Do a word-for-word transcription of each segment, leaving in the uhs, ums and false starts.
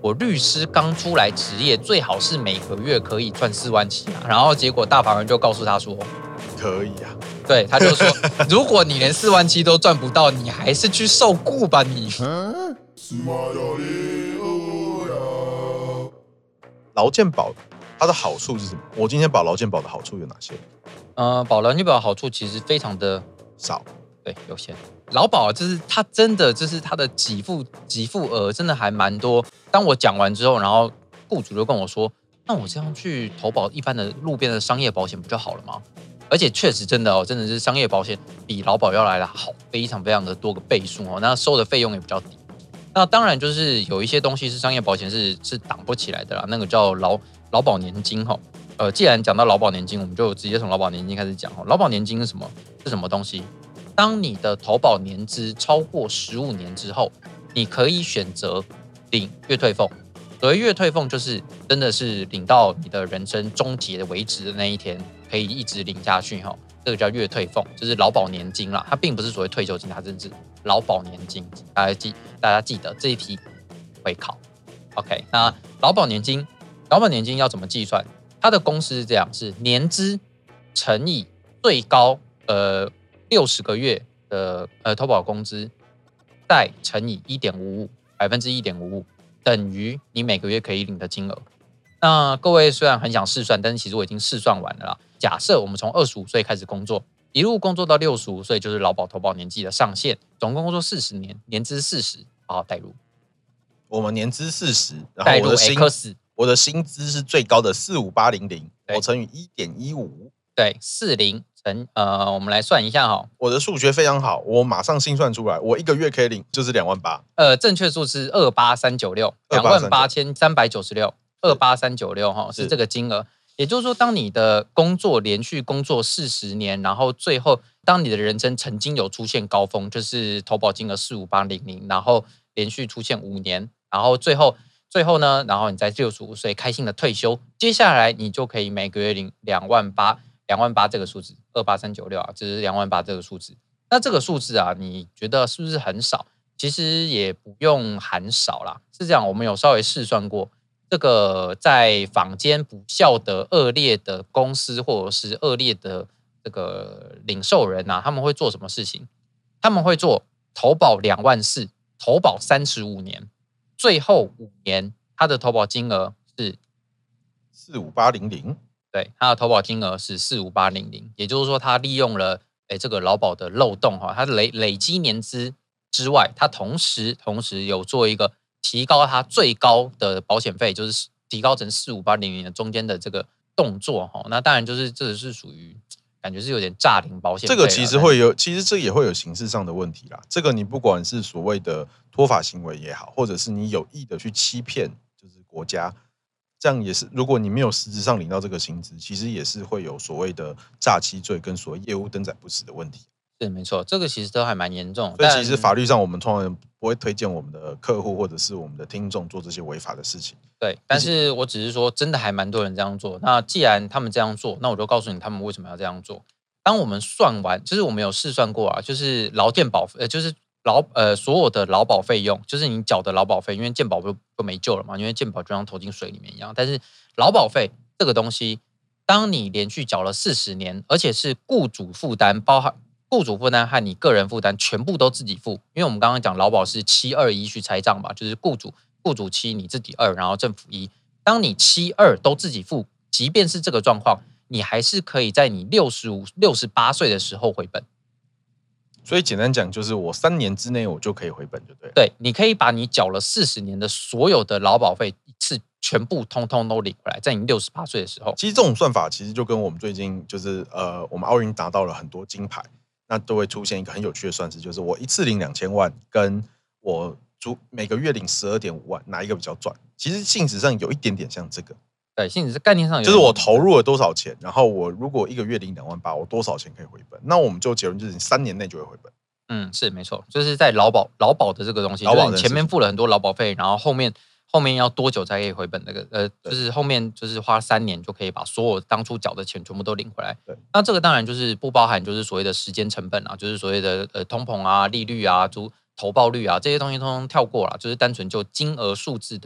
我律师刚出来职业，最好是每个月可以赚四万七啊。然后结果大法官就告诉他说， 可以啊。 对，他就说，如果你连四万七都赚不到，你还是去受雇吧你。 劳健保它的好处是什么？我今天保劳健保的好处有哪些？ 呃，保劳健保的好处其实非常的少， 对，有限。劳保就是它真的就是它的给付给付额真的还蛮多。当我讲完之后，然后雇主就跟我说，那我这样去投保一般的路边的商业保险不就好了吗？而且确实真的哦，真的是商业保险比劳保要来的好，非常非常的多个倍数哦。那收的费用也比较低。那当然就是有一些东西是商业保险是是挡不起来的啦，那个叫劳劳保年金哈。呃，既然讲到劳保年金，我们就直接从劳保年金开始讲哈。劳保年金是什么？是什么东西？当你的投保年资超过十五年之后，你可以选择领月退俸。所谓月退俸，就是真的是领到你的人生终结为止的那一天，可以一直领下去哈。这个叫月退俸，就是劳保年金啦。它并不是所谓退休金，它真是劳保年金。大家记，大家记得这一题会考。OK， 那劳保年金，劳保年金要怎么计算？它的公式是这样：是年资乘以最高呃六十个月的呃投保工资，再乘以一点五五百分之一点五五，等于你每个月可以领的金额。那各位虽然很想试算，但是其实我已经试算完了啦。假设我们从二十五岁开始工作，一路工作到六十五岁，就是劳保投保年纪的上限，总共工作四十年，年资四十，好好代入。 我们年资四十，然代入后我的薪 X， 我的薪资是最高的四五八零零，我乘以一点一五， 对，四零乘呃，我们来算一下哈。 我的数学非常好，我马上心算出来，我一个月可以领就是两万八。 呃，正确数是二八三九六，两万八千三百九十六，二八三九六哈，是这个金额。也就是说，当你的工作连续工作四十年，然后最后当你的人生曾经有出现高峰，就是投保金额四五八零零，然后连续出现五年，然后最后最后呢，然后你在六十五岁开心的退休，接下来你就可以每个月领两万八，两万八这个数字，二八三九六啊，这是两万八这个数字。那这个数字啊，你觉得是不是很少？其实也不用很少啦，是这样，我们有稍微试算过。这个在坊间不孝的恶劣的公司或者是恶劣的这个领受人啊，他们会做什么事情？他们会做投保两万四，投保三十五年，最后五年他的投保金额是四五八零零， 对，他的投保金额是四五八零零，也就是说他利用了诶这个劳保的漏洞哈，他累累积年资之外，他同时同时有做一个。提高它最高的保险费，就是提高成四五八零零的中间的这个动作哈。那当然就是这是属于感觉是有点诈领保险费。 这个其实会有，其实这也会有形式上的问题啦。这个你不管是所谓的脱法行为也好，或者是你有意的去欺骗，就是国家，这样也是。如果你没有实质上领到这个薪资，其实也是会有所谓的诈欺罪跟所谓业务登载不实的问题。 是没错，这个其实都还蛮严重。 所以其实法律上我们通常不会推荐我们的客户或者是我们的听众做这些违法的事情。 对，但是我只是说，真的还蛮多人这样做。那既然他们这样做，那我就告诉你他们为什么要这样做。当我们算完，就是我们有试算过啊，就是劳健保，呃，就是劳呃所有的劳保费用，就是你缴的劳保费，因为健保不都没救了嘛，因为健保就像投进水里面一样。但是劳保费这个东西，当你连续缴了四十年，而且是雇主负担，包含。雇主负担和你个人负担全部都自己付，因为我们刚刚讲劳保是七二一去拆账嘛，就是雇主雇主七，你自己二，然后政府一。当你七二都自己付，即便是这个状况，你还是可以在你六十五、六十八岁的时候回本。 所以简单讲，就是我三年之内我就可以回本，就对了。 对，你可以把你缴了四十年的所有的劳保费一次全部通通都领回来，在你六十八岁的时候。 其实这种算法其实就跟我们最近就是呃，我们奥运拿到了很多金牌。那都会出现一个很有趣的算式，就是我一次领两千万，跟我逐每个月领十二点五万，哪一个比较赚？其实性质上有一点点像这个。 对，性质概念上有就是我投入了多少钱，然后我如果一个月领两万八，我多少钱可以回本？那我们就结论就是你三年内就会回本。 嗯，是没错，就是在劳保劳保的这个东西，就是你前面付了很多劳保费，然后后面。后面要多久才可以回本？那个呃，就是后面就是花三年就可以把所有当初缴的钱全部都领回来。 对， 那这个当然就是不包含就是所谓的时间成本啊，就是所谓的呃通膨啊、利率啊、投报率啊这些东西通通跳过了，就是单纯就金额数字的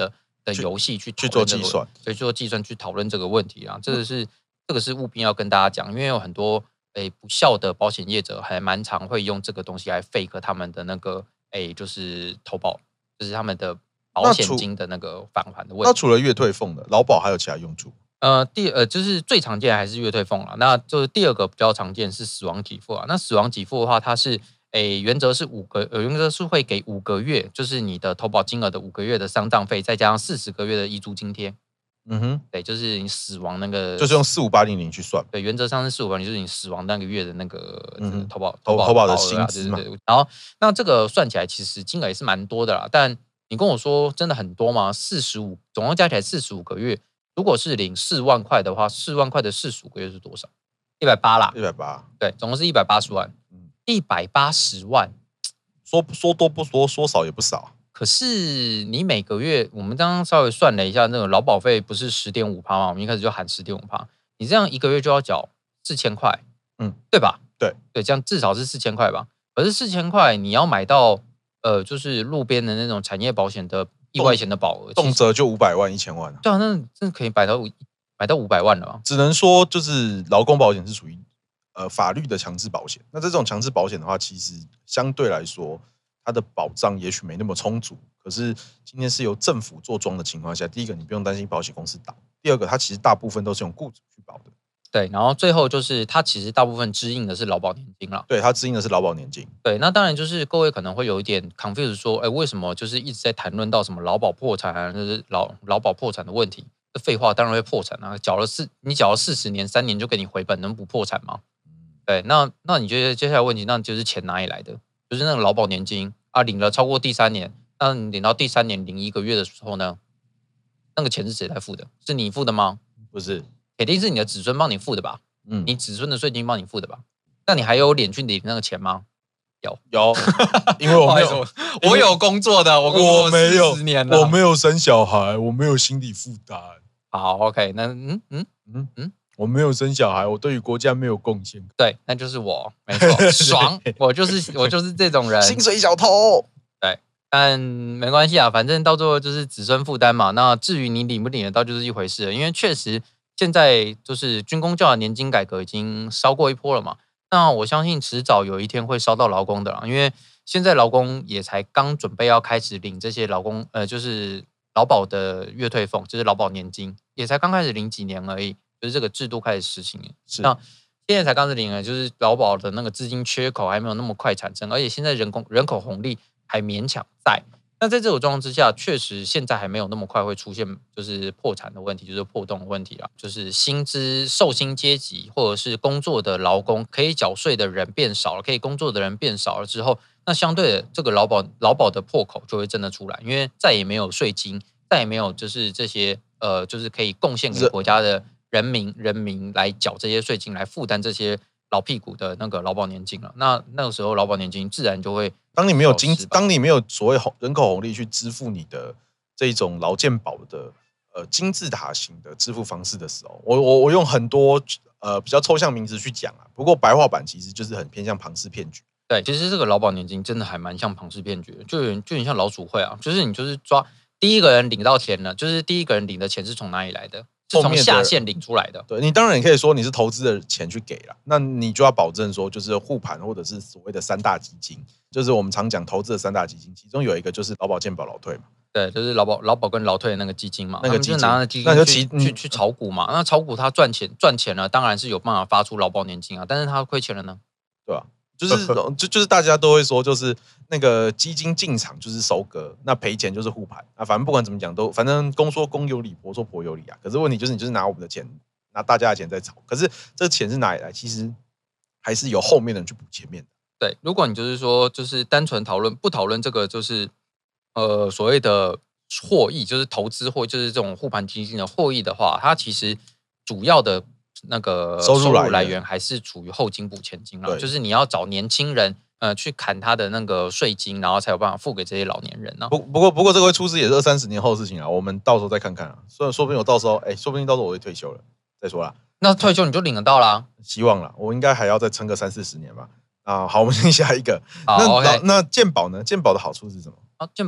的游戏去去做计算， 所以做计算去讨论这个问题啊，这个是、嗯、这个是务必要跟大家讲，因为有很多诶不孝的保险业者还蛮常会用这个东西来 fake 他们的那个诶就是投保，就是他们的保险金的那个返还的问题。 那除了月退俸的劳保还有其他用处？ 呃，第呃就是最常见还是月退俸啦，那就是第二个比较常见是死亡给付啊。那死亡给付的话，它是诶原则是五个，呃原则是会给五个月，就是你的投保金额的五个月的丧葬费，再加上四十个月的遗嘱津贴。 嗯哼， 对，就是你死亡那个， 就是用四五八零零去算。 对，原则上是四五八零，就是你死亡那个月的那个、嗯、投保投保保的薪资嘛。 对对对。然后那这个算起来其实金额也是蛮多的啦，但你跟我说真的很多吗？四十五，总共加起来四十五个月。如果是领四万块的话，四万块的四十五个月是多少？一百八啦， 一百八， 对，总共是一百八十万，一百八十万， 说说多不多，说少也不少。 可是你每个月，我们刚刚稍微算了一下，那个劳保费不是十点五趴吗？我们一开始就喊十点五趴，你这样一个月就要缴四千块，嗯，对吧？ 对对，这样至少是四千块吧。可是四千块你要买到呃，就是路边的那种产业保险的。意外险的保额动辄就五百万、一千万、啊， 对啊，那真的可以买到买到五百万了吗？ 只能说就是劳工保险是属于呃法律的强制保险。那这种强制保险的话，其实相对来说，它的保障也许没那么充足。可是今天是由政府做庄的情况下，第一个你不用担心保险公司倒，第二个它其实大部分都是用雇主去保的。 对，然后最后就是它其实大部分支应的是劳保年金啦。 对，它支应的是劳保年金。 对，那当然就是各位可能会有一点 confused 说，哎，为什么就是一直在谈论到什么劳保破产啊，就是劳劳保破产的问题？这废话，当然会破产啊！缴了四，你缴了四十年，三年就给你回本，能不破产吗？对，那那你觉得接下来问题，那就是钱哪里来的？就是那个劳保年金啊，领了超过第三年，那你领到第三年领一个月的时候呢，那个钱是谁来付的？是你付的吗？ 不是， 肯定是你的子孙帮你付的吧？ 嗯， 你子孙的税金帮你付的吧？那你还有脸去领那个钱吗？有有，因为我没有， 我有工作的，我我没有十年了， 我没有生小孩，我没有心理负担。 好 ，OK， 那嗯嗯嗯嗯， 我没有生小孩，我对于国家没有贡献。 对，那就是我，没错，爽，我就是我就是这种人， 薪水小偷。 对，但没关系啊，反正到最后就是子孙负担嘛。那至于你领不领得到，就是一回事了，因为确实。现在就是军公教的年金改革已经烧过一波了嘛，那我相信迟早有一天会烧到劳工的啦，因为现在劳工也才刚准备要开始领这些劳工呃，就是劳保的月退俸，就是劳保年金，也才刚开始领几年而已，就是这个制度开始实行了。 是， 那现在才刚开始领了，就是劳保的那个资金缺口还没有那么快产生，而且现在人工人口红利还勉强在。那在这种状况之下，确实现在还没有那么快会出现就是破产的问题，就是破洞的问题啦。就是薪资受薪阶级或者是工作的劳工可以缴税的人变少了，可以工作的人变少了之后，那相对的这个劳保劳保的破口就会真的出来，因为再也没有税金，再也没有就是这些呃就是可以贡献给国家的人民人民来缴这些税金来负担这些老屁股的那个劳保年金了。那那个时候劳保年金自然就会。 当你没有金，当你没有所谓人口红利去支付你的这种劳健保的呃金字塔型的支付方式的时候，我我我用很多呃比较抽象名词去讲啊，不过白话版其实就是很偏向庞氏骗局。 对，其实这个劳保年金真的还蛮像庞氏骗局的，就有就很像老鼠会啊，就是你就是抓第一个人领到钱了，就是第一个人领的钱是从哪里来的？是从下线领出来的。 对，你当然也可以说你是投资的钱去给了，那你就要保证说就是护盘或者是所谓的三大基金，就是我们常讲投资的三大基金，其中有一个就是劳保、健保、劳退嘛。 对，就是劳保、劳保跟劳退的那个基金嘛， 那个基金， 就拿着基金那就去去去炒股嘛。那炒股它赚钱赚钱了，当然是有办法发出劳保年金啊，但是它亏钱了呢， 对吧、啊？就是就就是大家都会说，就是那个基金进场就是收割，那赔钱就是护盘啊。反正不管怎么讲，都反正公说公有理，婆说婆有理啊。可是问题就是，你就是拿我们的钱，拿大家的钱在炒。可是这钱是哪里来？其实还是由后面的人去补前面的。 对，如果你就是说，就是单纯讨论不讨论这个，就是呃所谓的获益，就是投资或就是这种护盘基金的获益的话，它其实主要的。那个收入来源还是处于后金补前金啦，就是你要找年轻人呃去砍他的那个税金，然后才有办法付给这些老年人呢。 不不过不过这个会出事也是二三十年后的事情啊，我们到时候再看看啊。虽然说不定我到时候哎，说不定到时候我会退休了再说啦。 那退休你就领得到啦？ 希望啦，我应该还要再撑个三四十年吧。啊，好，我们先下一个。 那、 okay. 那健保呢？健保的好处是什么？ 啊，健保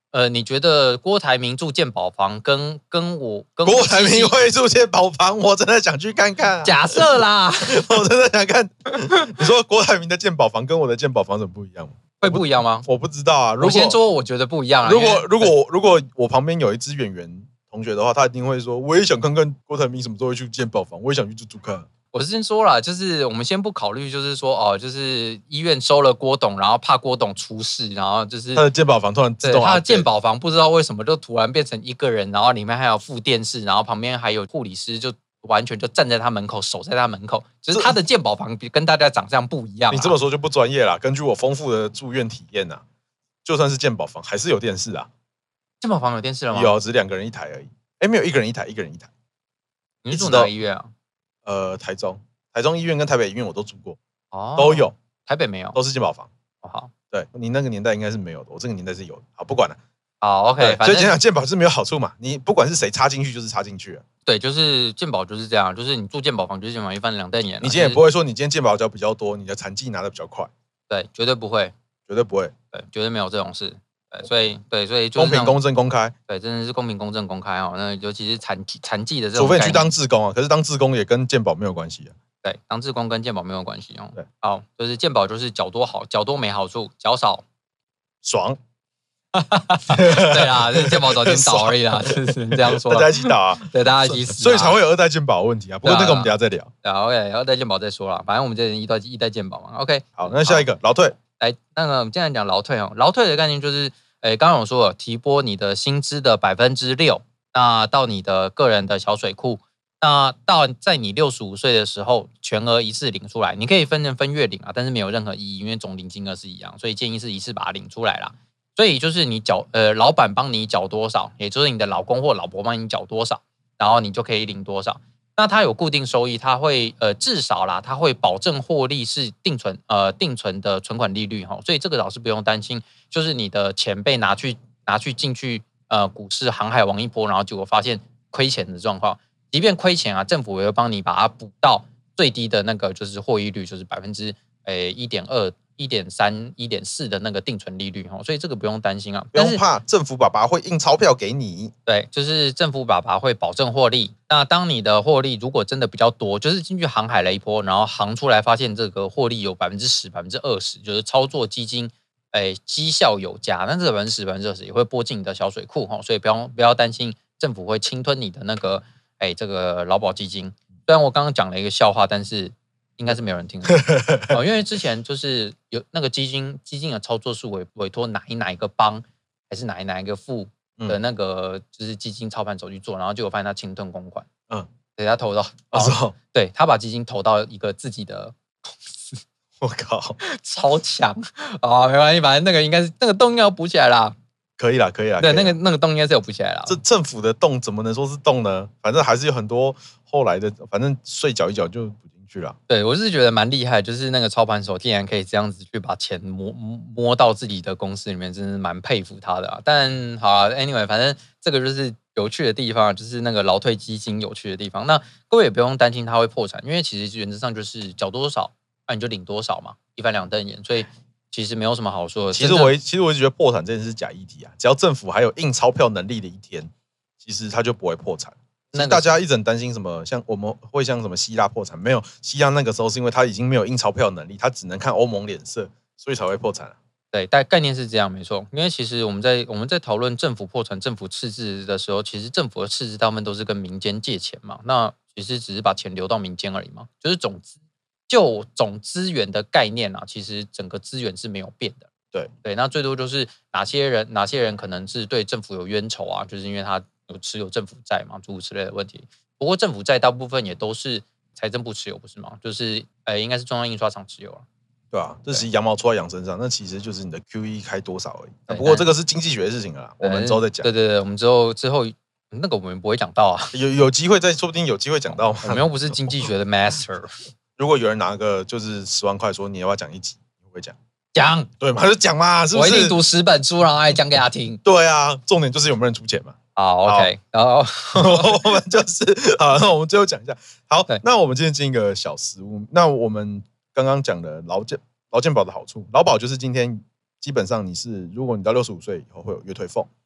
呃，你觉得郭台铭住健保房跟跟我跟郭台铭会住健保房，我真的想去看看、啊。 假设啦， 我真的想看。你说郭台铭的健保房跟我的健保房怎么不一样吗？ 会不一样吗？ 我不知道啊。如果我先说，我觉得不一样啊。 如果如果如果我旁边有一支演员同学的话，他一定会说，我也想看看郭台铭什么时候会去健保房，我也想去住住看。 我是先说了，就是我们先不考虑，就是说哦，就是医院收了郭董，然后怕郭董出事，然后就是他的健保房突然自动， 他的健保房不知道为什么就突然变成一个人，然后里面还有副电视，然后旁边还有护理师，就完全就站在他门口，守在他门口，就是他的健保房跟大家长相不一样、啊。 你这么说就不专业啦。根据我丰富的住院体验啊，就算是健保房还是有电视啊。 健保房有电视了吗？ 有，只是两个人一台而已。哎，没有一个人一台，一个人一台。 你是住哪个医院啊？ 呃，台中。台中医院跟台北医院我都住过， 哦， 都有。 台北没有， 都是健保房。 哦、好， 对你那个年代应该是没有的，我这个年代是有的。好，不管了。 好 ，OK， 所以讲讲健保是没有好处嘛，你不管是谁插进去就是插进去了。 对，就是健保就是这样，就是你住健保房就是健保一翻两瞪眼。 你今天也不会说你今天健保交比较多，你的产绩拿的比较快。 对，绝对不会， 绝对不会， 对，绝对没有这种事。对，所以对，所以就是公平、公正、公开。 对，真的是公平、公正、公开哦。那尤其是残残疾的这种，除非去当志志工啊，可是当志工也跟健保没有关系啊。 对，当志工跟健保没有关系哦。 对， 好，就是健保就是缴多好，缴多没好处，缴少爽。 对啦，就是健保早点倒而已啦，就是这样说。 大家一起倒啊， 对，大家一起死、啊， 所以才会有二代健保的问题啊。不过那个我们等一下再聊。 对啊 ，OK， 二代健保再说啦，反正我们这一代一代健保嘛。OK， 好，那下一个劳退。 来，那个我们现在讲劳退哦，劳退的概念就是，诶，刚刚我说了，提拨你的薪资的百分之六，那到你的个人的小水库。那到在你六十五岁的时候，全额一次领出来，你可以分成分月领啊，但是没有任何意义，因为总领金额是一样，所以建议是一次把它领出来啦。所以就是你缴呃，老板帮你缴多少，也就是你的老公或老婆帮你缴多少，然后你就可以领多少。那它有固定收益，它会呃至少啦，它会保证获利是定存呃定存的存款利率哈，所以这个倒是不用担心，就是你的钱被拿去拿去进去呃股市航海王一波，然后结果发现亏钱的状况。即便亏钱啊，政府也会帮你把它补到最低的那个，就是获益率，就是百分之诶一点二、一点三、一点四的那个定存利率哈，所以这个不用担心啊， 不用怕，政府爸爸会印钞票给你。 对，就是政府爸爸会保证获利。那当你的获利如果真的比较多，就是进去航海了一波，然后航出来发现这个获利有百分之十、百分之二十，就是操作基金诶绩效有加，那这个百分之十、百分之二十也会拨进你的小水库哈，所以不要不要担心政府会侵吞你的那个。哎，这个劳保基金，虽然我刚刚讲了一个笑话，但是应该是没有人听的哦，因为之前就是有那个基金基金的操作是委委托哪一哪一个帮，还是哪一哪一个副的那个就是基金操盘手去做，然后结果发现他侵吞公款，嗯，对他投到， 哦， 对他把基金投到一个自己的公司， 我靠， 超强啊！没关系，反正那个应该是那个洞应该要补起来啦。 可以啦，可以啦。 对，那个那个洞应该是有补起来啦。 这政府的洞怎么能说是洞呢？反正还是有很多后来的，反正税缴一缴就补进去了。 对，我是觉得蛮厉害，就是那个操盘手竟然可以这样子去把钱摸摸到自己的公司里面，真是蛮佩服他的啊。但好啊 ，anyway， 反正这个就是有趣的地方，就是那个劳退基金有趣的地方。那各位也不用担心它会破产，因为其实原则上就是缴多少，那你就领多少嘛，一翻两瞪眼，所以。其实没有什么好说的。 其实我其实我一直觉得破产这件事是假议题啊，只要政府还有印钞票能力的一天，其实它就不会破产。那大家一直很担心什么，像我们会像什么希腊破产，没有，希腊那个时候是因为他已经没有印钞票能力，他只能看欧盟脸色，所以才会破产啊。 对，但概念是这样，没错。因为其实我们在我们在讨论政府破产、政府赤字的时候，其实政府的赤字大部分都是跟民间借钱嘛，那其实只是把钱流到民间而已嘛，就是总资。就总资源的概念啊，其实整个资源是没有变的。 对对，那最多就是哪些人哪些人可能是对政府有冤仇啊，就是因为他有持有政府债嘛，诸如此类的问题。不过政府债大部分也都是财政部持有，不是吗？就是呃，应该是中央印刷厂持有了。 对啊，这是羊毛出在羊身上，那其实就是你的 Q E 开多少而已。不过这个是经济学的事情了啦，我们之后再讲。 对对对，我们之后之后那个我们不会讲到啊， 有有机会再，说不定有机会讲到嘛。 我们又不是经济学的 master。 如果有人拿个就是十万块说你要不要讲一集，你会不会讲？ 讲， 对嘛，就讲嘛，是不是？ 我一定读十本书，然后还讲给他听。 对啊，重点就是有没有人出钱嘛。 好 ，OK， 然后我们就是好，那我们最后讲一下。好，那我们今天进一个小实务。那我们刚刚讲的劳健劳健保的好处，劳保就是今天基本上你是，如果你到六十五岁以后会有月退俸，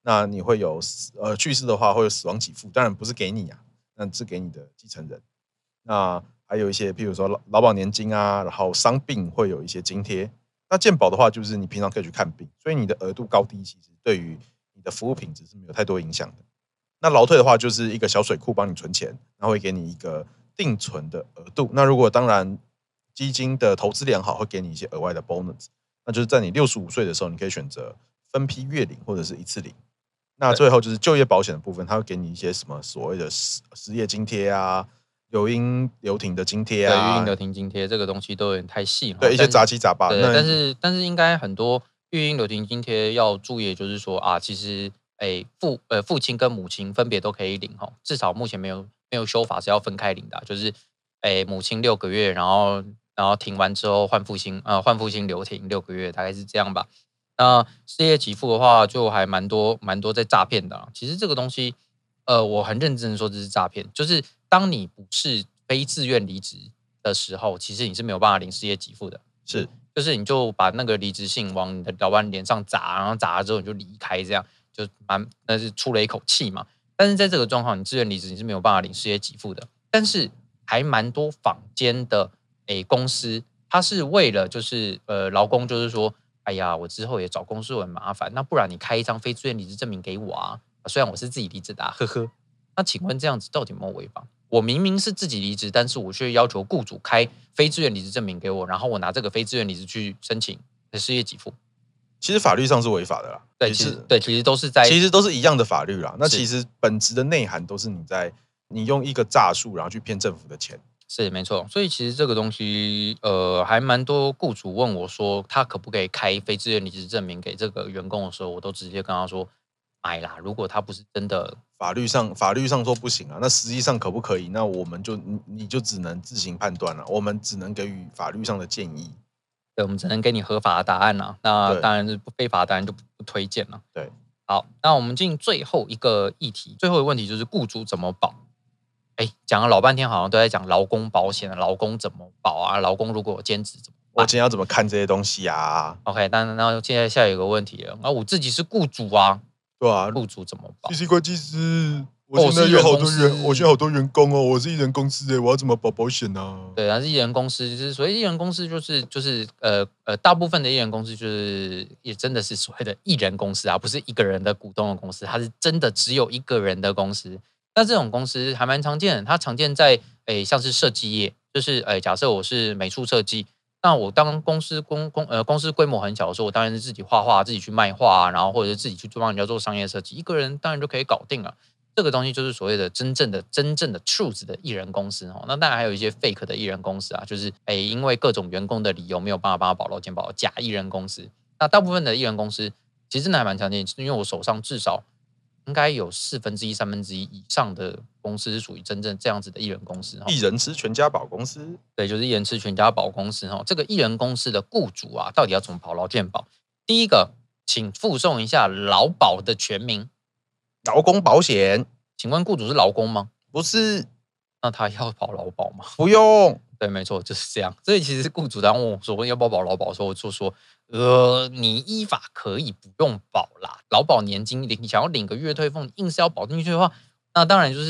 那你会有呃去世的话会有死亡给付，当然不是给你啊，那是给你的继承人。那还有一些，譬如说劳劳保年金啊，然后伤病会有一些津贴。那健保的话，就是你平常可以去看病，所以你的额度高低其实对于你的服务品质是没有太多影响的。那劳退的话，就是一个小水库帮你存钱，然后会给你一个定存的额度。那如果当然基金的投资良好，会给你一些额外的 bonus。那就是在你六十五岁的时候，你可以选择分批月领或者是一次领。那最后就是就业保险的部分，它会给你一些什么所谓的失失业津贴啊、留英留停的津贴对， 啊， 育婴留停津贴这个东西都有点太细了， 对一些杂七杂八。 对， 那但是但是应该很多育婴留停津贴要注意，就是说啊，其实哎父呃父亲跟母亲分别都可以领哈，至少目前没有没有修法是要分开领的啊，就是哎母亲六个月，然后然后停完之后换父亲呃换父亲留停六个月，大概是这样吧。那失业给付的话，就还蛮多蛮多在诈骗的啊。其实这个东西，呃，我很认真的说这是诈骗，就是当你不是非自愿离职的时候，其实你是没有办法领失业给付的。 是， 就是你就把那个离职信往你的老板脸上砸，然后砸了之后你就离开，这样就蛮那是出了一口气嘛。但是在这个状况，你自愿离职你是没有办法领失业给付的。但是还蛮多坊间的诶公司，它是为了就是呃劳工就是说，哎呀，我之后也找工作很麻烦，那不然你开一张非自愿离职证明给我啊？虽然我是自己离职的、啊，呵呵。那请问这样子到底有没有违法？我明明是自己离职，但是我却要求雇主开非自愿离职证明给我，然后我拿这个非自愿离职去申请失业给付。 其实法律上是违法的啦。 对，其实对，其实都是在， 其实都是一样的法律啦。那其实本质的内涵都是你在你用一个诈术，然后去骗政府的钱。 是没错。所以其实这个东西，呃，还蛮多雇主问我说，他可不可以开非自愿离职证明给这个员工的时候，我都直接跟他说，买啦。如果他不是真的， 法律上法律上说不行啊，那实际上可不可以？那我们就你你就只能自行判断了，我们只能给予法律上的建议。 对，我们只能给你合法的答案啦。那当然是不非法的答案就不推荐了。 对， 好，那我们进最后一个议题，最后一个问题就是雇主怎么保？哎，讲了老半天，好像都在讲劳工保险，劳工怎么保啊？劳工如果有兼职怎么办？ 我今天要怎么看这些东西啊 ？OK，那那现在下有一个问题了，那我自己是雇主啊， 对啊， 雇主怎么保？ 第七会计师，我现在有好多员，我现在好多员工哦，我是艺人公司哎，我要怎么保保险呢、啊？ 对啊，是艺人公司，就是所谓艺人公司，就是就是呃呃，大部分的艺人公司就是也真的是所谓的艺人公司啊，不是一个人的股东的公司，它是真的只有一个人的公司。那这种公司还蛮常见的，它常见在诶像是设计业，就是诶假设我是美术设计，那我当公司公公呃公司规模很小的时候，我当然是自己画画，自己去卖画啊，然后或者是自己去帮人家做商业设计，一个人当然就可以搞定了。这个东西就是所谓的真正的真正的 truth 的艺人公司哦。那当然还有一些 fake 的艺人公司啊，就是诶因为各种员工的理由没有办法帮他保劳健保的假艺人公司。那大部分的艺人公司其实真的还蛮常见，因为我手上至少应该有四分之一、三分之一以上的公司是属于真正这样子的艺人公司。 艺人吃全家宝公司， 对，就是艺人吃全家宝公司哈。这个艺人公司的雇主啊，到底要怎么保劳健保？第一个，请附送一下劳保的全名。 劳工保险， 请问雇主是劳工吗？ 不是， 那他要保劳保吗？ 不用。 对，没错，就是这样。所以其实雇主当问我说要不要保劳保的时候，我就说，呃，你依法可以不用保啦。劳保年金，你想要领个月退俸，硬是要保进去的话，那当然就是，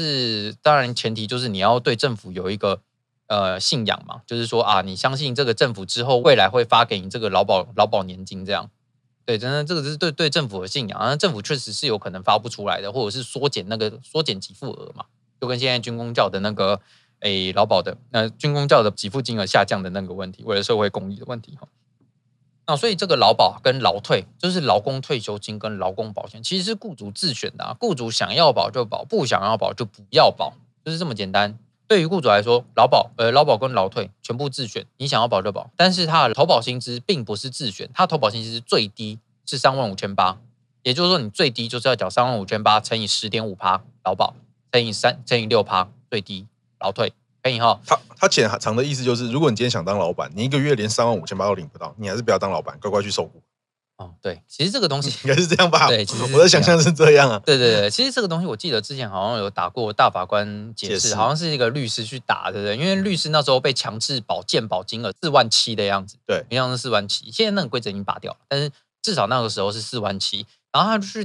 当然前提就是你要对政府有一个呃信仰嘛，就是说啊，你相信这个政府之后未来会发给你这个劳保劳保年金这样。对，真的这个是对对政府的信仰，那政府确实是有可能发不出来的，或者是缩减那个缩减给付额嘛，就跟现在军公教的那个。诶，劳保的呃军公教的给付金额下降的那个问题，为了社会公益的问题哈。那所以这个劳保跟劳退，就是劳工退休金跟劳工保险，其实是雇主自选的啊。雇主想要保就保，不想要保就不要保，就是这么简单。对于雇主来说，劳保呃劳保跟劳退全部自选，你想要保就保，但是他的投保薪资并不是自选，他投保薪资最低是三万五千八，也就是说你最低就是要缴三万五千八乘以十点五趴劳保，乘以三乘以六趴最低。劳退可以哈， 他他潜藏的意思就是，如果你今天想当老板，你一个月连三万五千八都领不到，你还是不要当老板，乖乖去受雇。 哦，对，其实这个东西应该是这样吧？ 对，其实我的想象是这样啊。 对对对，其实这个东西我记得之前好像有打过大法官解释， 解释好像是一个律师去打，对不对？因为律师那时候被强制保健保金额四万七的样子， 对， 一样是四万七，现在那个规则已经拔掉了，但是至少那个时候是四万七，然后他就去打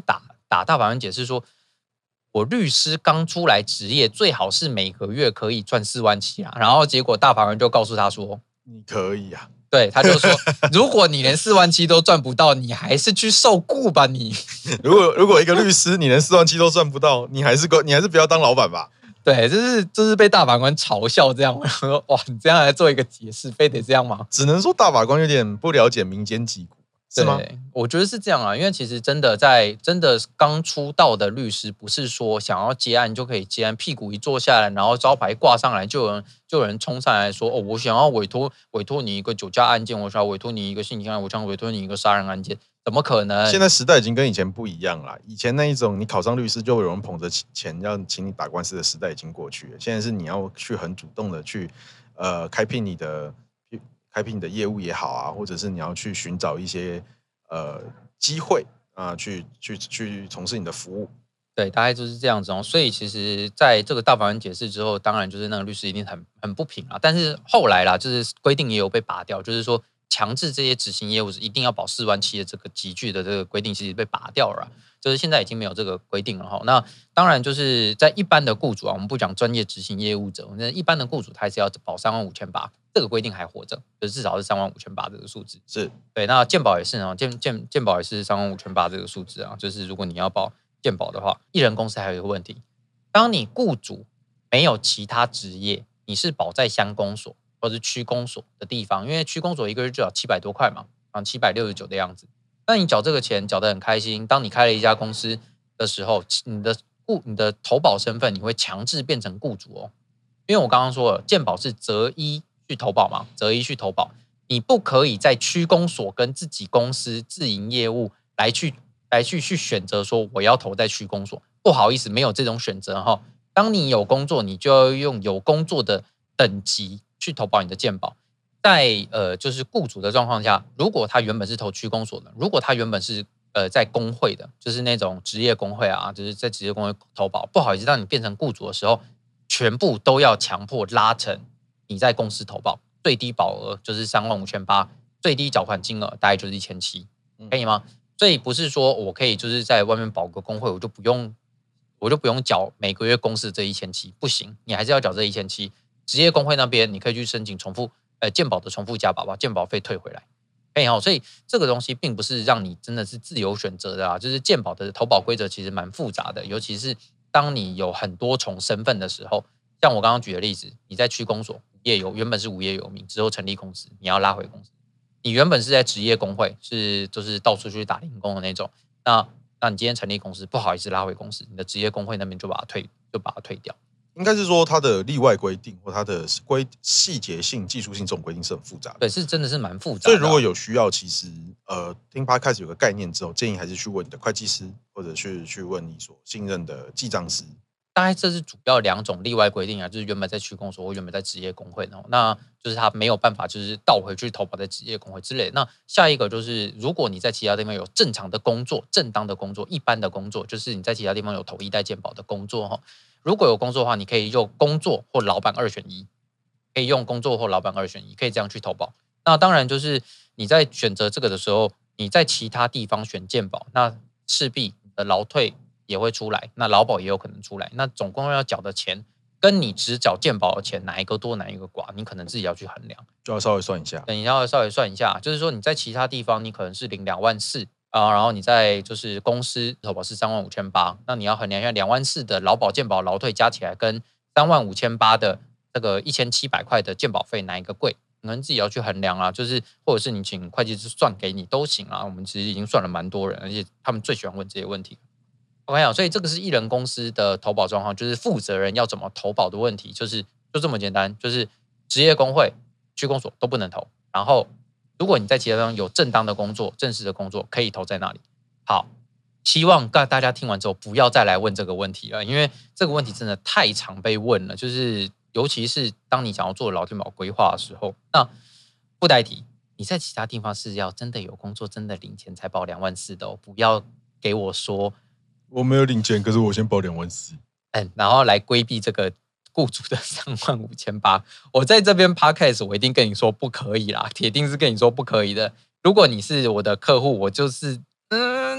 打大法官解释说，我律师刚出来职业，最好是每个月可以赚四万七啊。然后结果大法官就告诉他说， 你可以啊。 对，他就说，如果你连四万七都赚不到，你还是去受雇吧你。 如果如果一个律师你连四万七都赚不到，你还是你还是不要当老板吧。 对，就是就是被大法官嘲笑这样。我说哇，你这样来做一个解释，非得这样吗？ 只能说大法官有点不了解民间疾苦。是吗？ 我觉得是这样啊，因为其实真的在真的刚出道的律师，不是说想要接案就可以接案，屁股一坐下来，然后招牌挂上来，就有人就有人冲上来说，哦，我想要委托委托你一个酒驾案件，我想要委托你一个性侵案，我想委托你一个杀人案件，怎么可能？ 现在时代已经跟以前不一样了。以前那一种你考上律师就有人捧着钱要请你打官司的时代已经过去了，现在是你要去很主动的去呃开辟你的开辟你的业务也好啊，或者是你要去寻找一些。呃，机会啊、呃，去去去从事你的服务， 对，大概就是这样子哦。所以其实，在这个大法官解释之后，当然就是那个律师一定很很不平啊。但是后来啦，就是规定也有被拔掉，就是说强制这些执行业务是一定要保四万七的这个集聚的这个规定，其实被拔掉了。就是现在已经没有这个规定了哈。那当然就是在一般的雇主啊，我们不讲专业执行业务者，那一般的雇主他还是要保三万五千八，这个规定还活着，就是至少是三万五千八这个数字。 是对，那健保也是啊，健健健保也是三万五千八这个数字啊。就是如果你要保健保的话，艺人公司还有一个问题，当你雇主没有其他职业，你是保在乡公所或者是区公所的地方，因为区公所一个月就要七百多块嘛，啊七百六十九的样子。那你缴这个钱缴得很开心，当你开了一家公司的时候，你的雇你的投保身份你会强制变成雇主哦，因为我刚刚说了，健保是择一去投保嘛，择一去投保，你不可以在区公所跟自己公司自营业务来去来去去选择说我要投在区公所，不好意思，没有这种选择哈。当你有工作，你就要用有工作的等级去投保你的健保。在呃，就是雇主的状况下，如果他原本是投区公所的，如果他原本是呃在工会的，就是那种职业工会啊，就是在职业工会投保，不好意思，当你变成雇主的时候，全部都要强迫拉成你在公司投保，最低保额就是三万五千八，最低缴款金额大概就是一千七，可以吗？所以不是说我可以就是在外面保个工会，我就不用我就不用缴每个月公司这一千七，不行，你还是要缴这一千七。职业工会那边你可以去申请重复。呃，健保的重复加保，把健保费退回来。哎好，所以这个东西并不是让你真的是自由选择的啊，就是健保的投保规则其实蛮复杂的，尤其是当你有很多重身份的时候，像我刚刚举的例子，你在区公所无业游，原本是无业游民，之后成立公司，你要拉回公司。你原本是在职业工会，是就是到处去打零工的那种，那那你今天成立公司，不好意思拉回公司，你的职业工会那边就把它退，就把它退掉。 应该是说它的例外规定或它的规细节性、技术性这种规定是很复杂的。 对，是真的是蛮复杂的。 所以如果有需要，其实呃，听 Podcast 有个概念之后，建议还是去问你的会计师，或者去去问你所信任的记账师。 大概这是主要两种例外规定啊，就是原本在区公所或原本在职业工会，那就是他没有办法就是倒回去投保在职业工会之类的。那下一个就是，如果你在其他地方有正常的工作、正当的工作、一般的工作，就是你在其他地方有投一代健保的工作哈。如果有工作的话，你可以用工作或老板二选一，可以用工作或老板二选一，可以这样去投保。那当然就是你在选择这个的时候，你在其他地方选健保，那势必你的劳退也会出来，那劳保也有可能出来，那总共要缴的钱跟你只缴健保的钱哪一个多哪一个寡，你可能自己要去衡量， 就要稍微算一下。 对，你要稍微算一下，就是说你在其他地方你可能是领两万四。啊，然后你在就是公司投保是三万五千八，那你要衡量一下两万四的劳保、健保、劳退加起来跟三万五千八的这个一千七百块的健保费哪一个贵？可能自己要去衡量啊，就是或者是你请会计师算给你都行啊。我们其实已经算了蛮多人，而且他们最喜欢问这些问题。OK 所以这个是艺人公司的投保状况，就是负责人要怎么投保的问题，就是就这么简单，就是职业工会、区公所都不能投，然后。如果你在其他地方有正当的工作、正式的工作，可以投在那里。好，希望大家听完之后不要再来问这个问题了，因为这个问题真的太常被问了。就是尤其是当你想要做劳健保规划的时候，那不代替你在其他地方是要真的有工作、真的领钱才保两万四的哦，不要给我说我没有领钱，可是我先保两万四， 嗯，然后来规避这个。雇主的三万五千八，我在这边 podcast 我一定跟你说不可以啦，铁定是跟你说不可以的。如果你是我的客户，我就是嗯，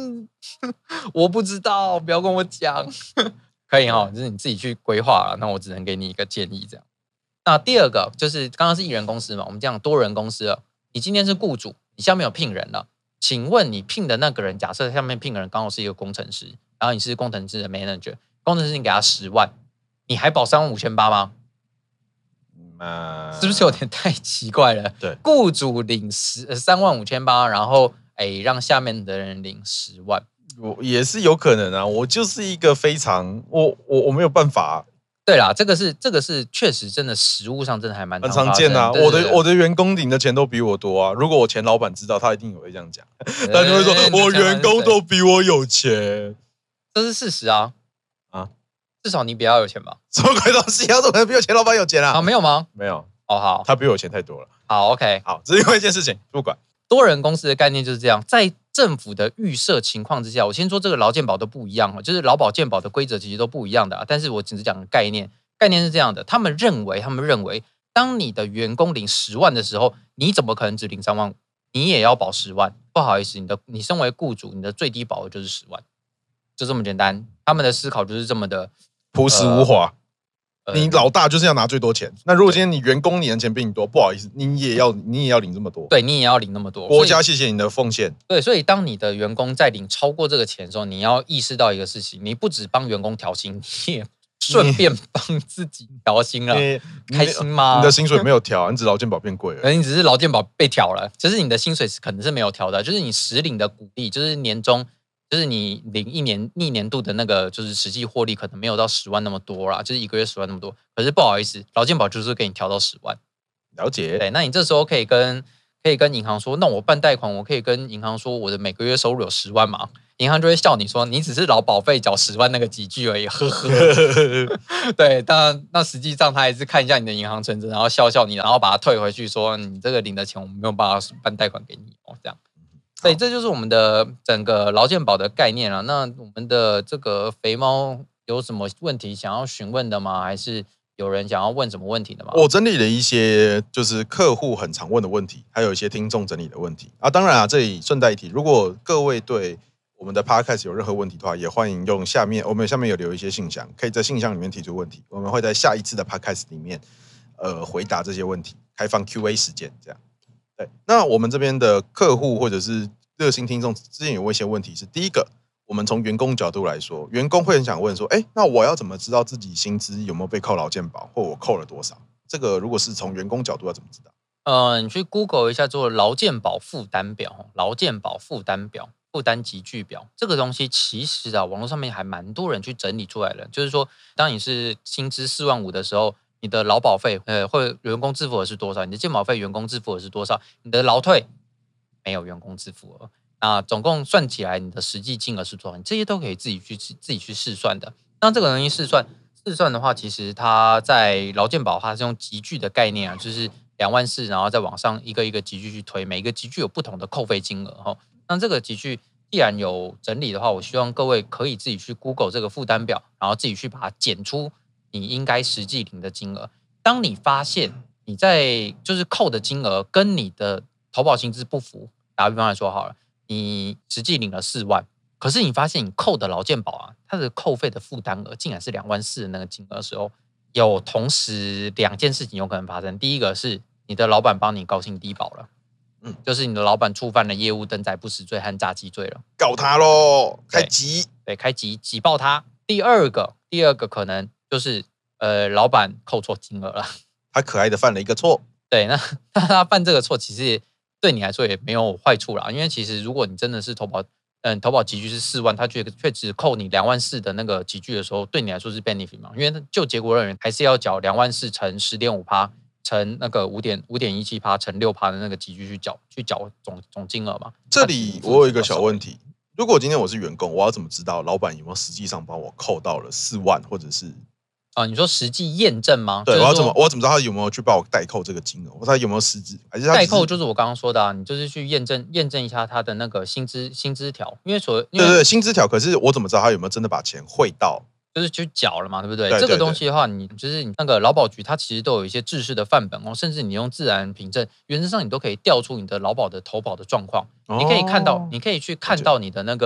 嗯，我不知道，不要跟我讲。可以哈，就是你自己去规划了。那我只能给你一个建议，这样。那第二个就是刚刚是一人公司嘛，我们讲多人公司了。你今天是雇主，你下面有聘人了，请问你聘的那个人，假设下面聘的人刚好是一个工程师，然后你是工程师的 manager， 工程师你给他十万，你还保三万五千八吗？ 呃， 是不是有点太奇怪了？ 对， 雇主领十三万五千八，然后哎让下面的人领十万。 我也是有可能啊，我就是一个非常我我我没有办法、啊。 对啦，这个是这个是确实真的，实务上真的还蛮很常见啊。 对对对， 我的我的员工领的钱都比我多啊。如果我前老板知道，他一定也会这样讲，他就会说我员工都比我有钱， 这是事实啊啊， 至少你比较有钱吧？ 什么鬼东西啊？怎么可能比我前老板有钱啊？ 啊，没有吗？ 没有。 哦，好， 他比我钱太多了。 好 ，OK， 好，这是另外一件事情，不管。 多人公司的概念就是这样，在政府的预设情况之下，我先说这个劳健保都不一样，就是劳保健保的规则其实都不一样的、啊，但是我只是讲概念，概念是这样的，他们认为，他们认为，当你的员工领十万的时候，你怎么可能只领三万五？你也要保十万？不好意思，你的你身为雇主，你的最低保额就是十万，就这么简单。他们的思考就是这么的朴实无华。 呃、 你老大就是要拿最多钱。那如果今天你员工领的钱比你多，不好意思，你也要你也要领这么多。 对，你也要领那么多。 国家谢谢你的奉献。 对，所以当你的员工在领超过这个钱的时候，你要意识到一个事情：你不只帮员工调薪，你也顺便帮自己调薪了。开心吗？ 你的薪水没有调，你只劳健保变贵了。 你只是劳健保被调了，就是你的薪水可能是没有调的，就是你实领的股利，就是年终。就是你领一年一年度的那个，就是实际获利可能没有到十万那么多啦，就是一个月十万那么多。可是不好意思，劳健保就是给你调到十万。 了解。 对，那你这时候可以跟可以跟银行说，那我办贷款，我可以跟银行说我的每个月收入有十万嘛？银行就会笑你说，你只是劳保费缴十万那个集聚而已，呵呵。对，但那实际上他还是看一下你的银行存折，然后笑笑你，然后把它退回去，说你这个领的钱我们没有办法办贷款给你哦，这样。对，这就是我们的整个劳健保的概念了。那我们的这个肥猫有什么问题想要询问的吗？还是有人想要问什么问题的吗？ 我整理了一些就是客户很常问的问题，还有一些听众整理的问题啊。当然啊，这里顺带一提，如果各位对我们的 podcast 有任何问题的话，也欢迎用下面我们下面有留一些信箱，可以在信箱里面提出问题，我们会在下一次的 podcast 里面呃回答这些问题，开放 Q A 时间这样。对，那我们这边的客户或者是热心听众之前有问一些问题是：第一个，我们从员工角度来说，员工会很想问说，哎，那我要怎么知道自己薪资有没有被扣劳健保，或我扣了多少？这个如果是从员工角度要怎么知道？ 呃，你去 Google 一下做劳健保负担表，劳健保负担表、负担集聚表，这个东西其实啊，网络上面还蛮多人去整理出来的。就是说，当你是薪资四万五的时候，你的劳保费，呃，或者员工支付额是多少？你的健保费员工支付额是多少？你的劳退没有员工支付额，那总共算起来你的实际金额是多少？你这些都可以自己去自己去试算的。那这个东西试算试算的话，其实它在劳健保它是用集聚的概念啊，就是两万四，然后再往上一个一个集聚去推，每一个集聚有不同的扣费金额哈。那这个集聚既然有整理的话，我希望各位可以自己去 Google 这个负担表，然后自己去把它减出你应该实际领的金额。当你发现你在就是扣的金额跟你的投保薪资不符，打比方来说好了，你实际领了四万，可是你发现你扣的劳健保啊，它的扣费的负担额竟然是两万四的那个金额的时候，有同时两件事情有可能发生。第一个是你的老板帮你高薪低保了，嗯，就是你的老板触犯了业务登载不实罪和诈欺罪了， 告他喽，开集， 对，开集挤爆他。第二个，第二个可能就是呃，老板扣错金额了， 他可爱的犯了一个错， 对，那他犯这个错，其实对你来说也没有坏处啦，因为其实如果你真的是投保，嗯，投保集聚是四万，他却却只扣你两万四的那个集聚的时候，对你来说是 benefit 嘛？因为就结果论而言，还是要缴两万四乘十点五趴，乘那个五点五点一七趴乘六趴的那个集聚去缴去缴总总金额嘛。 这里我有一个小问题，如果今天我是员工，我要怎么知道老板有没有实际上帮我扣到了四万，或者是？ 啊、呃，你说实际验证吗？ 对，我要怎么我要怎么知道他有没有去帮我代扣这个金额？或他有没有实质？还是他代扣就是我刚刚说的啊，你就是去验证验证一下他的那个薪资薪资条，因为所对对薪资条。可是我怎么知道他有没有真的把钱汇到？ 就是去缴了嘛，对不对？ 对对对， 这个东西的话，你就是你那个劳保局，它其实都有一些制式的范本哦，甚至你用自然凭证，原则上你都可以调出你的劳保的投保的状况。哦、你可以看到，你可以去看到你的那个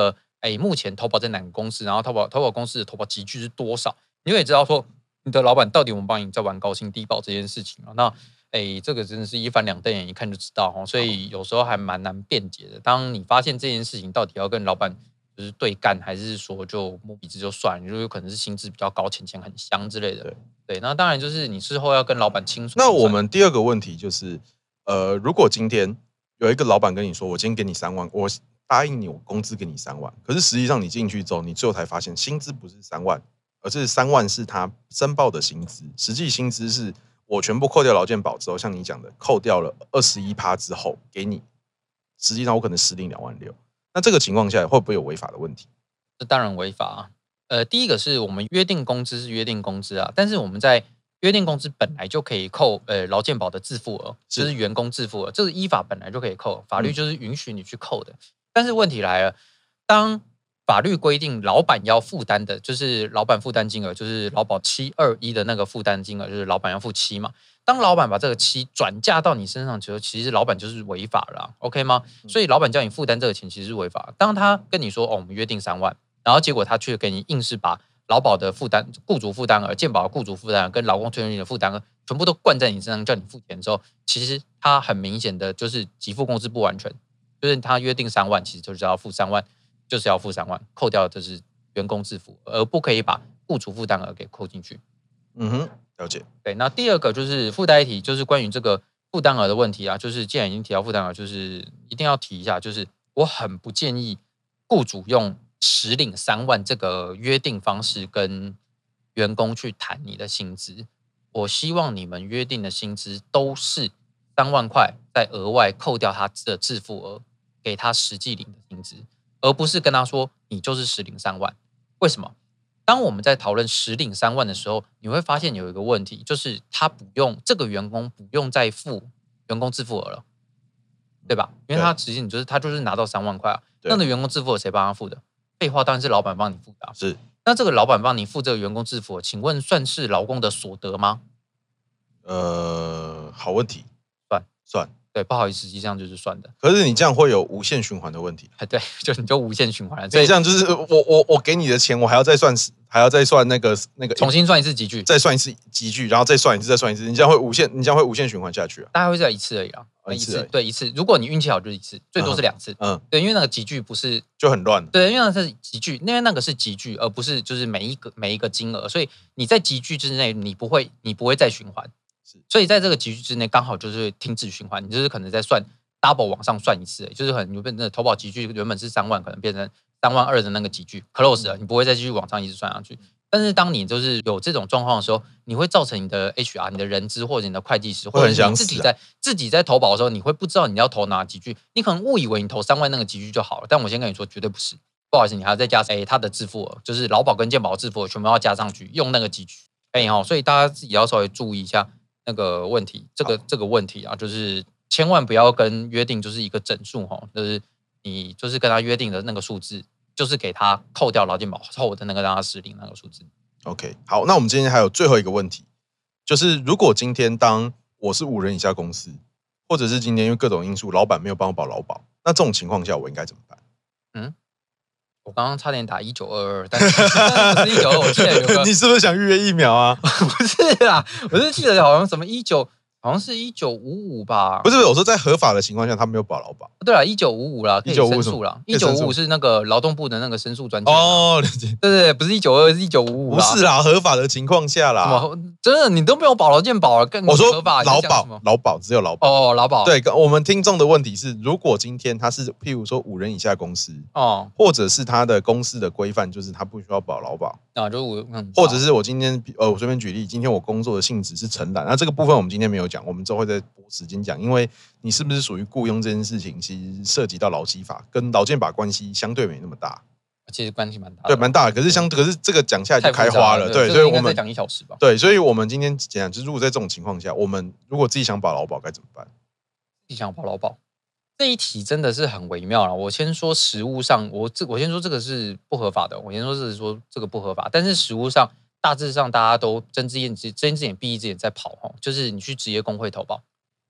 哎，目前投保在哪个公司，然后投保投保公司的投保集聚是多少，你就可以知道说你的老板到底有没有帮你在玩高薪低保这件事情啊。那哎，这个真的是一翻两瞪眼，一看就知道哦。所以有时候还蛮难辩解的。当你发现这件事情到底要跟老板就是对干，还是说就摸鼻子就算，就有可能是薪资比较高，钱钱很香之类的。对，对，那当然就是你事后要跟老板清楚。 那我们第二个问题就是，呃，如果今天有一个老板跟你说，我今天给你三万，我答应你，我工资给你三万，可是实际上你进去之后，你最后才发现薪资不是三万，而是三万是他申报的薪资，实际薪资是我全部扣掉劳健保之后，像你讲的，扣掉了二十一趴之后给你，实际上我可能实领两万六。那这个情况下会不会有违法的问题？ 这当然违法啊。呃，第一个是我们约定工资是约定工资啊，但是我们在约定工资本来就可以扣呃劳健保的自付额，就是员工自付额，这是依法本来就可以扣，法律就是允许你去扣的。嗯、但是问题来了，当法律规定老板要负担的，就是老板负担金额，就是劳保七二一的那个负担金额，就是老板要付七嘛。当老板把这个七转嫁到你身上之后，其实老板就是违法了、啊、，OK 吗？所以老板叫你负担这个钱，其实是违法。当他跟你说哦，我们约定三万，然后结果他却给你硬是把劳保的负担、雇主负担额、健保的雇主负担额跟劳工退休金的负担额全部都灌在你身上，叫你付钱之后，其实他很明显的就是给付公司不完全，就是他约定三万，其实就是要付三万。就是要付三万，扣掉的就是员工自付，而不可以把雇主负担额给扣进去。 嗯哼，了解。 对，那第二个就是附带一提，就是关于这个负担额的问题啊，就是既然已经提到负担额，就是一定要提一下，就是我很不建议雇主用实领三万这个约定方式跟员工去谈你的薪资。我希望你们约定的薪资都是三万块，再额外扣掉他的自付额，给他实际领的薪资。而不是跟他说你就是实领三万，为什么？当我们在讨论实领三万的时候，你会发现有一个问题，就是他不用这个员工不用再付员工自付额了，对吧？因为他实际你就是他就是拿到三万块啊，那的员工自付额谁帮他付的？废话，当然是老板帮你付的、啊。 是， 那这个老板帮你付这个员工自付额，请问算是劳工的所得吗？ 呃，好问题， 算算。 对，不好意思，实际上就是算的。 可是你这样会有无限循环的问题。 对，就你就无限循环了。 所以这样就是我我我给你的钱，我还要再算，还要再算那个那个重新算一次集聚， 再算一次集聚，然后再算一次，再算一次，你这样会无限，你这样会无限循环下去啊。 大概会在一次而已啊，一次对一次。如果你运气好就是一次，最多是两次。嗯，对，因为那个集聚不是就很乱。 对，因为那是集聚，因为那个是集聚，而不是就是每一个每一个金额，所以你在集聚之内，你不会你不会再循环。所以在这个集聚之内，刚好就是停止循环，你就是可能在算。double 往上算一次，就是可能你变成投保集聚原本是三万，可能变成三万二的那个集聚 close 了，你不会再继续往上一直算上去。但是当你就是有这种状况的时候，你会造成你的 H R、你的人资或者你的会计师，或者你自己在自己在投保的时候，你会不知道你要投哪集聚，你可能误以为你投三万那个集聚就好了。但我先跟你说，绝对不是。不好意思，你还要再加上哎，他的自付额，就是劳保跟健保的自付额全部要加上去，用那个集聚。哎哈，所以大家自己要稍微注意一下那个问题，这个这个问题啊，就是。千万不要跟约定就是一个整数哈，就是你就是跟他约定的那个数字，就是给他扣掉劳健保后的那个让他实领那个数字。 OK， 好，那我们今天还有最后一个问题，就是如果今天当我是五人以下公司，或者是今天因为各种因素，老板没有帮我保劳保，那这种情况下我应该怎么办？ 嗯，我刚刚差点打一九二二，但是不是一九二，我记得有个你是不是想预约疫苗啊？ 不是啊，我是记得好像什么一九。好像是一九五五吧， 不是，我说在合法的情况下，他没有保劳保。 对了，一九五五啦，可以申诉啦。一九五五是那个劳动部的那个申诉专线。 哦， 对对对，不是一九二，是一九五五。 不是啦，合法的情况下啦。 真的，你都没有保劳健保了，更我说合法劳保，劳保只有劳保。 哦，劳保。 对，我们听众的问题是，如果今天他是譬如说五人以下公司，哦，或者是他的公司的规范就是他不需要保劳保。 啊，就我，嗯， 或者是我今天，呃，我随便举例，今天我工作的性质是承揽，那这个部分我们今天没有讲，我们之后会再拨时间讲，因为你是不是属于雇佣这件事情，其实涉及到劳基法跟劳健法关系相对没那么大， 其实关系蛮大的， 对，蛮大的。可是相，可是这个讲下来就开花了，对，所以我们再讲一小时吧。 对，所以我们今天讲，就是如果在这种情况下，我们如果自己想保劳保该怎么办？ 自己想保劳保。这一题真的是很微妙了。我先说实务上，我这我先说这个是不合法的。我先说是说这个不合法，但是实务上大致上大家都睁只眼睁只眼闭一只眼在跑哈，就是你去职业工会投保，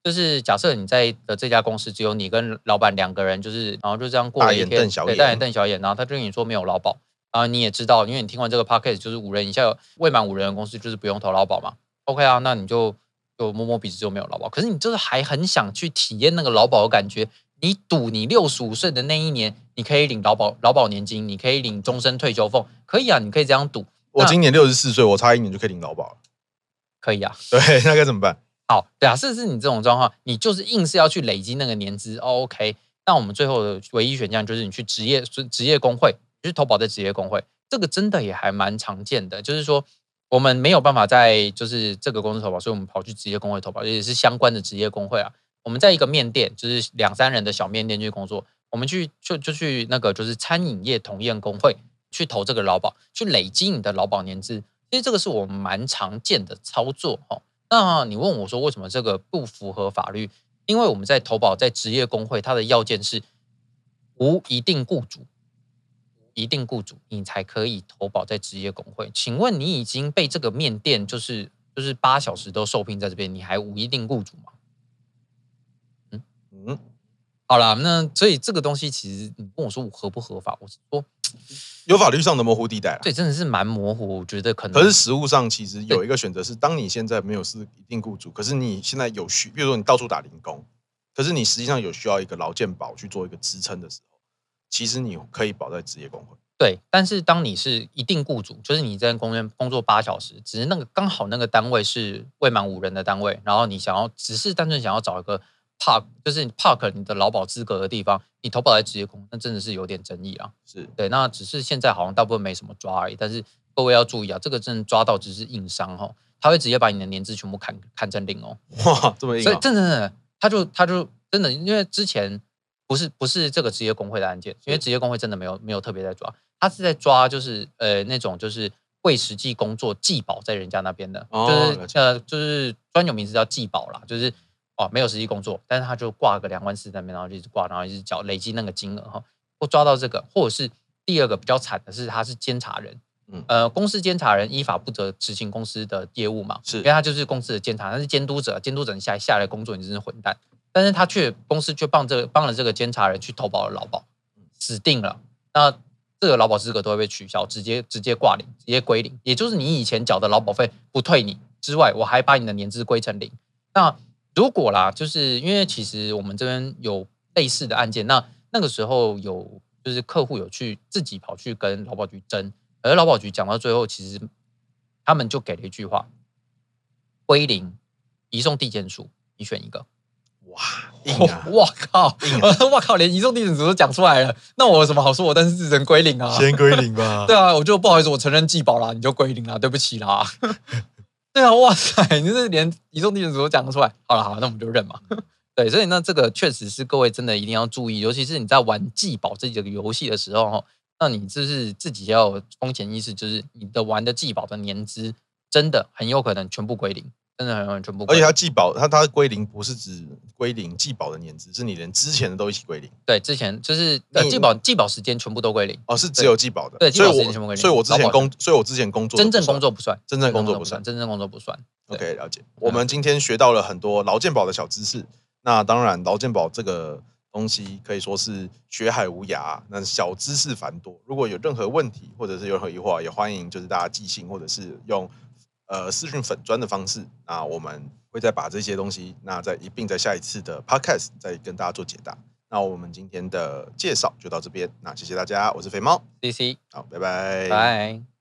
就是假设你在的这家公司只有你跟老板两个人，就是然后就这样过大了一天， 眼瞪小对，大眼眼， 瞪小眼，然后他就跟你说没有劳保，啊，你也知道，因为你听完这个 podcast 就是五人以下有未满五人的公司就是不用投劳保嘛，OK 啊，那你就就摸摸鼻子就没有劳保，可是你就是还很想去体验那个劳保的感觉，你赌你六十五岁的那一年，你可以领劳保劳保年金，你可以领终身退休俸，可以啊，你可以这样赌， 我今年六十四岁，我差一年就可以领劳保了， 可以啊， 对，那该怎么办？ 好，假设是你这种状况，你就是硬是要去累积那个年资、哦、，OK。那我们最后的唯一选项就是你去职业职业工会，去投保在职业工会，这个真的也还蛮常见的。就是说，我们没有办法在就是这个公司投保，所以我们跑去职业工会投保，也是相关的职业工会啊。我们在一个面店，就是两三人的小面店去工作，我们去就就去那个就是餐饮业同业工会去投这个劳保，去累积你的劳保年资。其实这个是我们蛮常见的操作哦。那你问我说为什么这个不符合法律？因为我们在投保在职业工会，它的要件是无一定雇主，一定雇主你才可以投保在职业工会。请问你已经被这个面店就是就是八小时都受聘在这边，你还无一定雇主吗？嗯嗯，好啦，那所以这个东西其实你跟我说合不合法，我是说有法律上的模糊地带啦。 对，真的是蛮模糊。我觉得可能， 可是实务上其实有一个选择是，当你现在没有是一定雇主，可是你现在有需，比如说你到处打零工，可是你实际上有需要一个劳健保去做一个支撑的时候，其实你可以保在职业工会。 对，但是当你是一定雇主，就是你在公司工作八小时，只是那个刚好那个单位是未满五人的单位，然后你想要只是单纯想要找一个 park， 就是 park 你的劳保资格的地方，你投保在职业工，那真的是有点争议啊。 是对，那只是现在好像大部分没什么抓而已，但是各位要注意啊，这个真的抓到只是硬伤哦，他会直接把你的年资全部砍砍成零哦。 哇，这么硬、啊， 所以真的真的，他就他就真的，因为之前不是不是这个职业工会的案件，因为职业工会真的没有没有特别在抓，他是在抓就是呃那种就是未实际工作寄保在人家那边的， 哦、 就是呃就是专有名词叫寄保啦，就是哦没有实际工作，但是他就挂个两万四在那边，然后就一直挂，然后一直缴累积那个金额哈，或抓到这个，或者是第二个比较惨的是他是监察人。 嗯， 呃，公司监察人依法不得执行公司的业务嘛， 是因为他就是公司的监察，他是监督者，监督者你下下来工作，你真是混蛋。但是他却公司却帮这个帮了这个监察人去投保了劳保，死定了。那这个劳保资格都会被取消，直接直接挂零，直接归零。也就是你以前缴的劳保费不退你之外，我还把你的年资归成零。那如果啦，就是因为其实我们这边有类似的案件，那那个时候有就是客户有去自己跑去跟劳保局争。而劳保局讲到最后，其实他们就给了一句话：归零、移送地检署，你选一个。 哇，硬啊！ 哇靠！ 硬啊！ 哇靠！连移送地检署都讲出来了，那我有什么好说？我但是只能归零啊！ 先归零吧。 对啊，我就不好意思，我承认寄保啦，你就归零啦，对不起啦。对啊，哇塞，你这连移送地检署都讲得出来。好了好了，那我们就认嘛。对，所以呢，这个确实是各位真的一定要注意，尤其是你在玩寄保这几个游戏的时候，那你就是自己要有风险意识，就是你的玩的寄保的年资真的很有可能全部归零，真的很有可能全部归零。 而且它寄保，它它归零不是指归零寄保的年资，是你连之前的都一起归零。 对，之前就是呃寄保寄保时间全部都归零。 哦，是只有寄保的。 对，寄保时间所以全部归零。 所以我之前工，所以我之前工作真正工作不算， 真正工作不算， 真正工作不算。 OK， 了解。我们今天学到了很多劳健保的小知识。那当然，劳健保这个东西可以说是学海无涯，那小知识繁多。如果有任何问题或者是有任何疑惑，也欢迎就是大家寄信或者是用呃私讯粉专的方式。那我们会再把这些东西，那再一并在下一次的 Podcast 再跟大家做解答。那我们今天的介绍就到这边，那谢谢大家，我是肥猫 ，C C， 好，拜拜， 拜。